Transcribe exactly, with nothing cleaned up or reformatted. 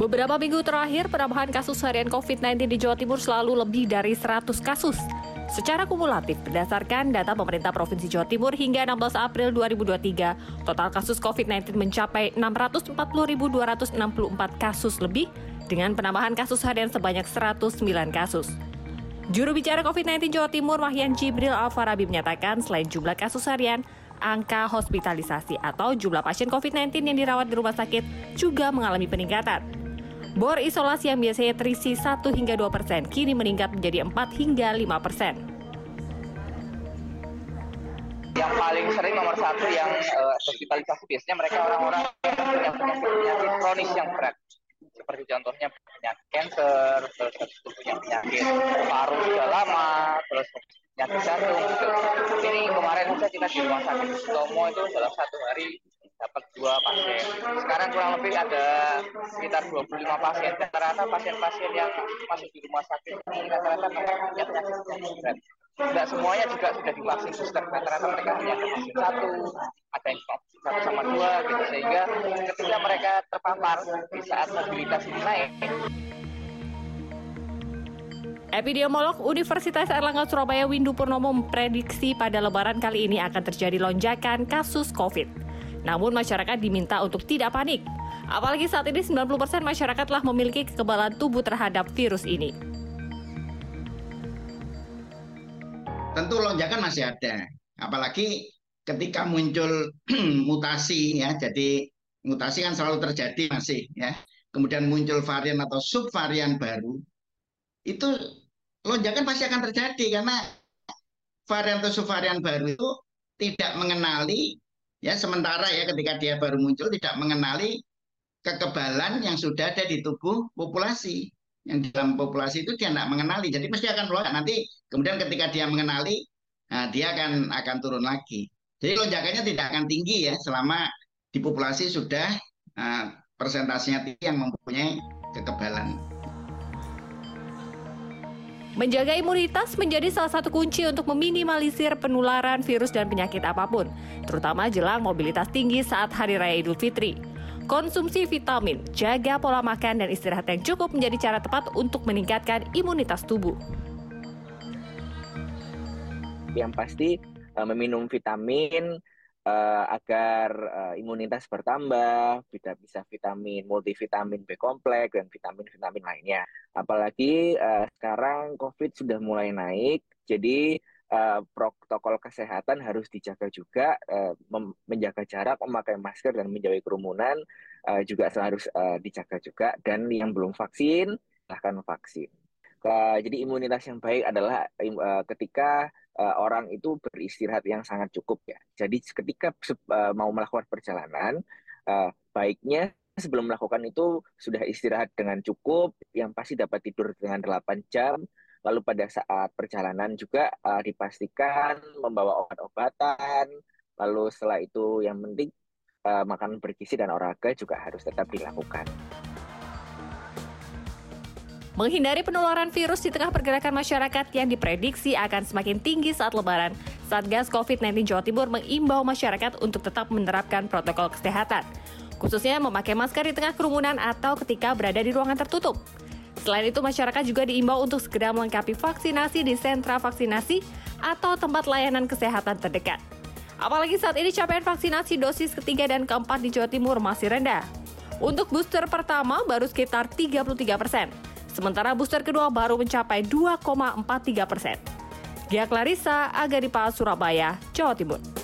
Beberapa minggu terakhir, penambahan kasus harian covid sembilan belas di Jawa Timur selalu lebih dari seratus kasus. Secara kumulatif, berdasarkan data pemerintah Provinsi Jawa Timur hingga enam belas April dua ribu dua puluh tiga, total kasus covid sembilan belas mencapai enam ratus empat puluh ribu dua ratus enam puluh empat kasus lebih, dengan penambahan kasus harian sebanyak seratus sembilan kasus. Juru bicara covid sembilan belas Jawa Timur, Mahyan Jibril Alfarabi menyatakan selain jumlah kasus harian, angka hospitalisasi atau jumlah pasien covid sembilan belas yang dirawat di rumah sakit juga mengalami peningkatan. Bor isolasi yang biasanya terisi satu hingga dua persen kini meningkat menjadi empat hingga lima persen. Yang paling sering nomor satu yang uh, hospitalisasi biasanya mereka orang-orang yang punya penyakit kronis yang berat. Seperti contohnya penyakit kanker, terus punya penyakit paru sudah lama, terus penyakit jantung gitu. Ini kemarin saja kita di rumah sakit Sutomo itu dalam satu hari dapat dua pasien. Sekarang kurang lebih ada sekitar dua puluh lima pasien. Rata-rata pasien-pasien yang masuk di rumah sakit ini rata-rata punya penyakit berat. Tidak semuanya juga sudah divaksin booster. Rata-rata mereka hanya vaksin satu, ada yang vaksin satu sama dua, gitu. Sehingga ketika mereka terpapar di saat mobilitas ini naik. Epidemiolog Universitas Airlangga Surabaya Windu Purnomo memprediksi pada Lebaran kali ini akan terjadi lonjakan kasus COVID. Namun masyarakat diminta untuk tidak panik. Apalagi saat ini sembilan puluh persen masyarakat telah memiliki kekebalan tubuh terhadap virus ini. Tentu lonjakan masih ada. Apalagi ketika muncul mutasi ya. Jadi mutasi kan selalu terjadi masih ya. Kemudian muncul varian atau subvarian baru. Itu lonjakan pasti akan terjadi karena varian atau subvarian baru itu tidak mengenali ya, sementara ya ketika dia baru muncul tidak mengenali kekebalan yang sudah ada di tubuh populasi. Yang di dalam populasi itu dia tidak mengenali, jadi pasti akan lonjak. Nanti kemudian ketika dia mengenali, nah, dia akan akan turun lagi. Jadi lonjakannya tidak akan tinggi ya selama di populasi sudah uh, persentasenya tinggi yang mempunyai kekebalan. Menjaga imunitas menjadi salah satu kunci untuk meminimalisir penularan virus dan penyakit apapun, terutama jelang mobilitas tinggi saat Hari Raya Idul Fitri. Konsumsi vitamin, jaga pola makan, dan istirahat yang cukup menjadi cara tepat untuk meningkatkan imunitas tubuh. Yang pasti meminum vitamin uh, agar uh, imunitas bertambah, bisa vitamin multivitamin B kompleks dan vitamin-vitamin lainnya. Apalagi uh, sekarang COVID sudah mulai naik, jadi uh, protokol kesehatan harus dijaga juga, uh, menjaga jarak, memakai masker dan menjauhi kerumunan uh, juga harus uh, dijaga juga. Dan yang belum vaksin, silahkan vaksin. Uh, jadi imunitas yang baik adalah uh, ketika uh, orang itu beristirahat yang sangat cukup ya. Jadi ketika uh, mau melakukan perjalanan, uh, baiknya sebelum melakukan itu sudah istirahat dengan cukup, yang pasti dapat tidur dengan delapan jam. Lalu pada saat perjalanan juga uh, dipastikan membawa obat-obatan. Lalu setelah itu yang penting uh, makanan bergizi dan olahraga juga harus tetap dilakukan. Menghindari penularan virus di tengah pergerakan masyarakat yang diprediksi akan semakin tinggi saat Lebaran, Satgas covid sembilan belas Jawa Timur mengimbau masyarakat untuk tetap menerapkan protokol kesehatan, khususnya memakai masker di tengah kerumunan atau ketika berada di ruangan tertutup. Selain itu, masyarakat juga diimbau untuk segera melengkapi vaksinasi di sentra vaksinasi atau tempat layanan kesehatan terdekat. Apalagi saat ini capaian vaksinasi dosis ketiga dan keempat di Jawa Timur masih rendah. Untuk booster pertama baru sekitar tiga puluh tiga persen. Sementara booster kedua baru mencapai dua koma empat tiga persen. Gia Clarissa, Aga Dipa, Surabaya, Jawa Timur.